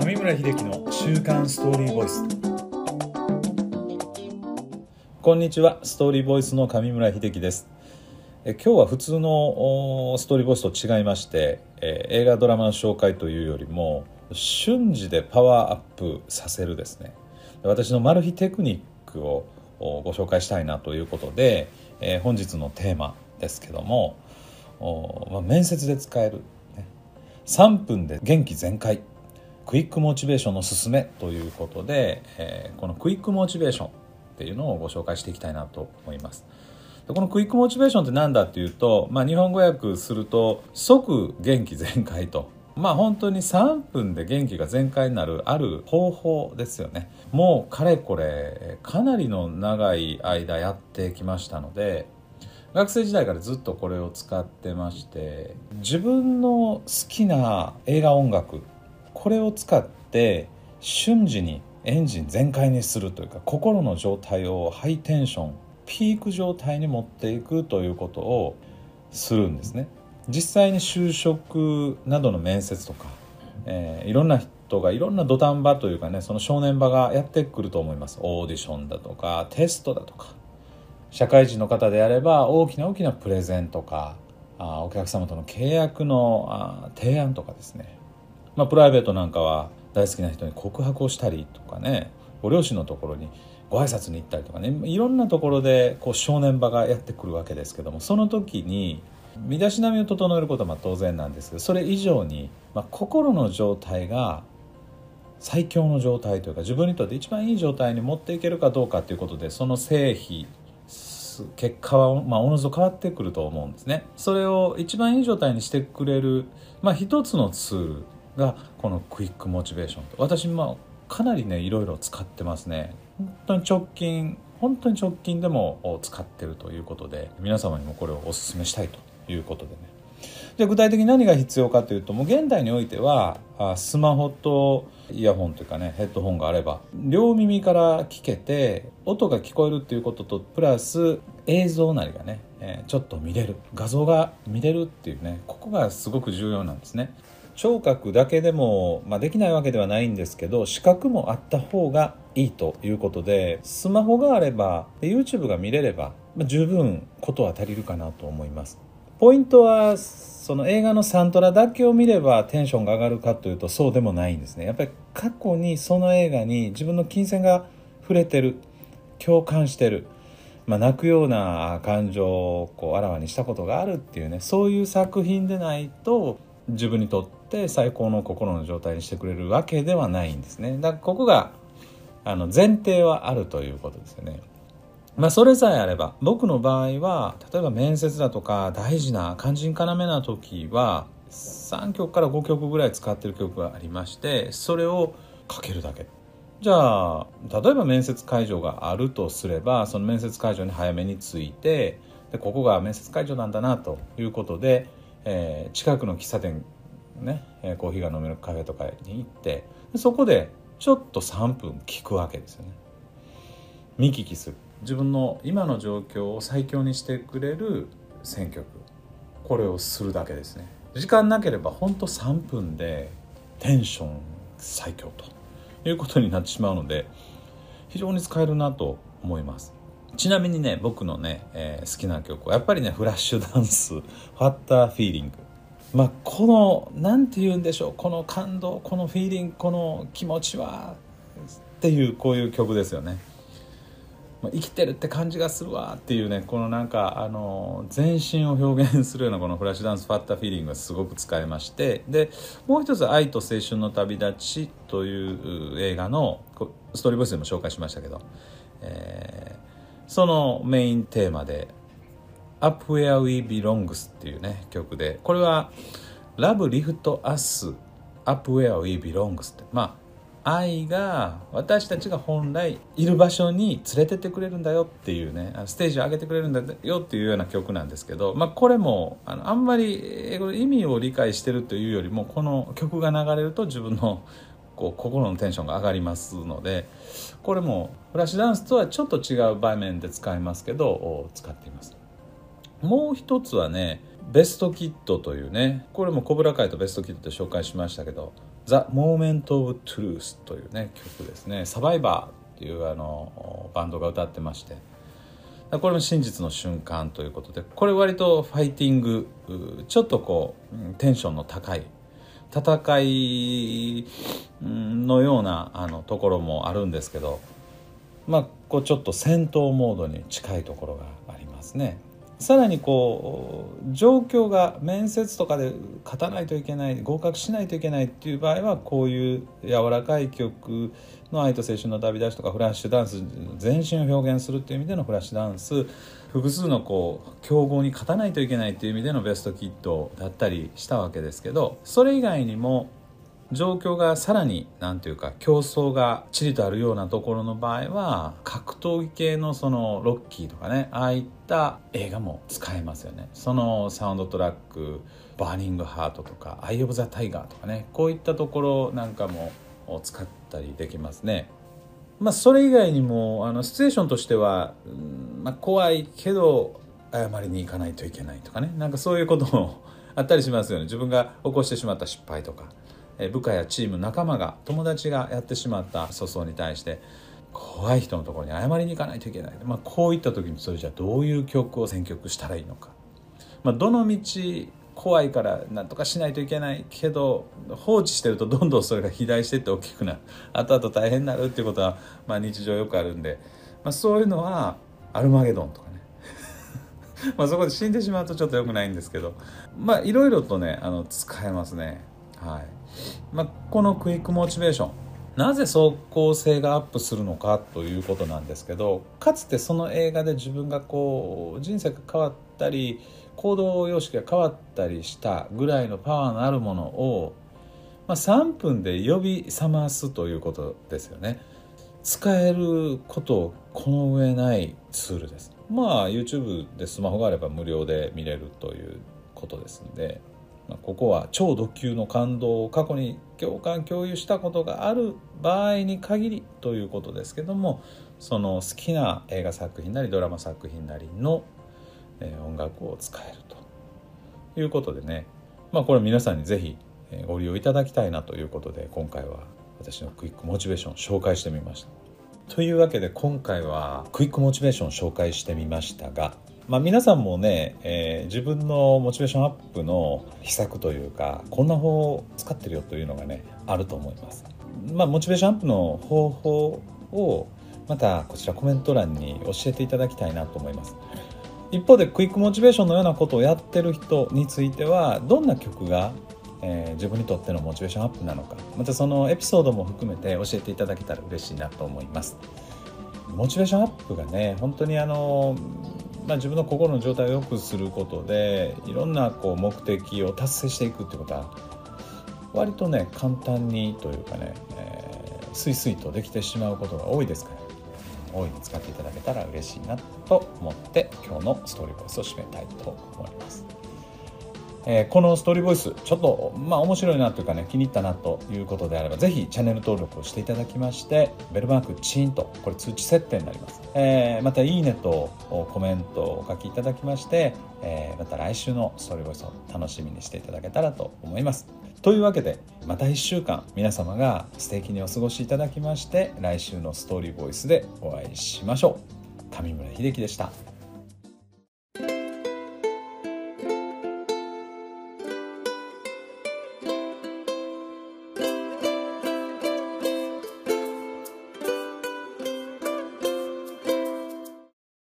上村秀樹の週刊ストーリーボイス。こんにちは、ストーリーボイスの上村秀樹です。今日は普通のストーリーボイスと違いまして、映画ドラマの紹介というよりも瞬時でパワーアップさせるですね、私のマル秘テクニックをご紹介したいなということで、本日のテーマですけども、面接で使える、3分で元気全開クイックモチベーションのすすめということで、このクイックモチベーションっていうのをご紹介していきたいなと思います。でこのクイックモチベーションって何だっていうと、日本語訳すると即元気全開と、本当に3分で元気が全開になるある方法ですよね。もうかれこれかなりの長い間やってきましたので、学生時代からずっとこれを使ってまして、自分の好きな映画音楽、これを使って瞬時にエンジン全開にするというか、心の状態をハイテンションピーク状態に持っていくということをするんですね。実際に就職などの面接とか、いろんな人がいろんな土壇場というかね、その正念場がやってくると思います。オーディションだとかテストだとか、社会人の方であれば大きなプレゼンとか、お客様との契約の提案とかですね、プライベートなんかは大好きな人に告白をしたりとかね、ご両親のところにご挨拶に行ったりとかね、いろんなところで正念場がやってくるわけですけども、その時に身だしなみを整えることは当然なんですけど、それ以上に、心の状態が最強の状態というか、自分にとって一番いい状態に持っていけるかどうかということで、その成否結果はおのずと変わってくると思うんですね。それを一番いい状態にしてくれる、一つのツールがこのクイックモチベーションと、私かなりねいろいろ使ってますね。本当に直近でも使ってるということで、皆様にもこれをお勧めしたいということでね。じゃあ具体的に何が必要かというと、もう現代においてはスマホとイヤホンというかね、ヘッドホンがあれば両耳から聞けて音が聞こえるっていうことと、プラス映像なりがね、ちょっと見れる、画像が見れるっていうね、ここがすごく重要なんですね。聴覚だけでも、できないわけではないんですけど、視覚もあった方がいいということで、スマホがあれば YouTube が見れれば、十分ことは足りるかなと思います。ポイントはその映画のサントラだけを見ればテンションが上がるかというと、そうでもないんですね。やっぱり過去にその映画に自分の金銭が触れてる、共感してる、泣くような感情をあらわにしたことがあるっていうね、そういう作品でないと自分にとって最高の心の状態にしてくれるわけではないんですね。だからここが前提はあるということですよね。それさえあれば、僕の場合は例えば面接だとか大事な肝心要な時は3曲から5曲ぐらい使ってる曲がありまして、それをかけるだけ。じゃあ例えば面接会場があるとすれば、その面接会場に早めに着いて、でここが面接会場なんだなということで、近くの喫茶店ね、コーヒーが飲めるカフェとかに行って、そこでちょっと3分聞くわけですよね。見聞きする、自分の今の状況を最強にしてくれる選曲、これをするだけですね。時間なければ本当3分でテンション最強ということになってしまうので、非常に使えるなと思います。ちなみにね、僕のね、好きな曲はやっぱりね、フラッシュダンス、ファッターフィーリング。このなんて言うんでしょう、この感動、このフィーリング、この気持ちはっていう、こういう曲ですよね。生きてるって感じがするわっていうね、この全身を表現するようなこのフラッシュダンス、ファッターフィーリングがすごく使えまして、でもう一つ、愛と青春の旅立ちという映画のストーリーボイスでも紹介しましたけど、そのメインテーマで Up Where We Belongs っていうね曲で、これは Love Lift Us Up Where We Belongs って、愛が私たちが本来いる場所に連れてってくれるんだよっていうね、ステージを上げてくれるんだよっていうような曲なんですけど、これもあんまり英語で意味を理解してるというよりも、この曲が流れると自分の心のテンションが上がりますので、これもフラッシュダンスとはちょっと違う場面で使いますけど使っています。もう一つはね、ベストキットというね、これもコブラ会とベストキットで紹介しましたけど、 The Moment of Truth というね曲ですね。サバイバーっていうバンドが歌ってまして、これも真実の瞬間ということで、これ割とファイティング、ちょっとこうテンションの高い戦いのようなところもあるんですけど、こうちょっと戦闘モードに近いところがありますね。さらにこう状況が面接とかで勝たないといけない、合格しないといけないっていう場合は、こういう柔らかい曲の愛と青春の旅立ちとかフラッシュダンス、全身を表現するっていう意味でのフラッシュダンス、複数のこう競合に勝たないといけないっていう意味でのベストキットだったりしたわけですけど、それ以外にも状況がさらになんていうか競争がちりとあるようなところの場合は、格闘技系のそのロッキーとかね、ああいった映画も使えますよね。そのサウンドトラック、バーニングハートとかアイオブザタイガーとかね、こういったところなんかも使ったりできますね。それ以外にもシチュエーションとしては、怖いけど謝りに行かないといけないとかね、なんかそういうこともあったりしますよね。自分が起こしてしまった失敗とか、部下やチーム仲間が友達がやってしまった粗相に対して怖い人のところに謝りに行かないといけない、こういった時にそれじゃあどういう曲を選曲したらいいのか、どの道怖いから何とかしないといけないけど放置してるとどんどんそれが肥大していって大きくなる、後々大変になるっていうことは日常よくあるんで、そういうのはアルマゲドンとかねそこで死んでしまうとちょっと良くないんですけど、いろいろとね使えますね。はい。このクイックモチベーション、なぜ走行性がアップするのかということなんですけど、かつてその映画で自分がこう人生が変わったり行動様式が変わったりしたぐらいのパワーのあるものを、3分で呼び覚ますということですよね。使えることこの上ないツールです。YouTube でスマホがあれば無料で見れるということですので、ここは超ド級の感動を過去に共有したことがある場合に限りということですけども、その好きな映画作品なりドラマ作品なりの音楽を使えるということでね、これ皆さんにぜひご利用いただきたいなということで、今回は私のクイックモチベーションを紹介してみました。というわけで今回はクイックモチベーションを紹介してみましたが、皆さんもね、自分のモチベーションアップの秘策というか、こんな方法を使ってるよというのがねあると思います。モチベーションアップの方法をまたこちらコメント欄に教えていただきたいなと思います。一方でクイックモチベーションのようなことをやってる人については、どんな曲が自分にとってのモチベーションアップなのか、またそのエピソードも含めて教えていただけたら嬉しいなと思います。モチベーションアップがね、本当に自分の心の状態を良くすることでいろんな目的を達成していくってことは割とね簡単にというかね、スイスイとできてしまうことが多いですから、大いに使っていただけたら嬉しいなと思って今日のストーリーボイスを締めたいと思います。このストーリーボイスちょっと面白いなというかね、気に入ったなということであれば、ぜひチャンネル登録をしていただきまして、ベルマークチーンとこれ通知設定になります。またいいねとコメントをお書きいただきまして、また来週のストーリーボイスを楽しみにしていただけたらと思います。というわけでまた1週間皆様が素敵にお過ごしいただきまして、来週のストーリーボイスでお会いしましょう。上村秀樹でした。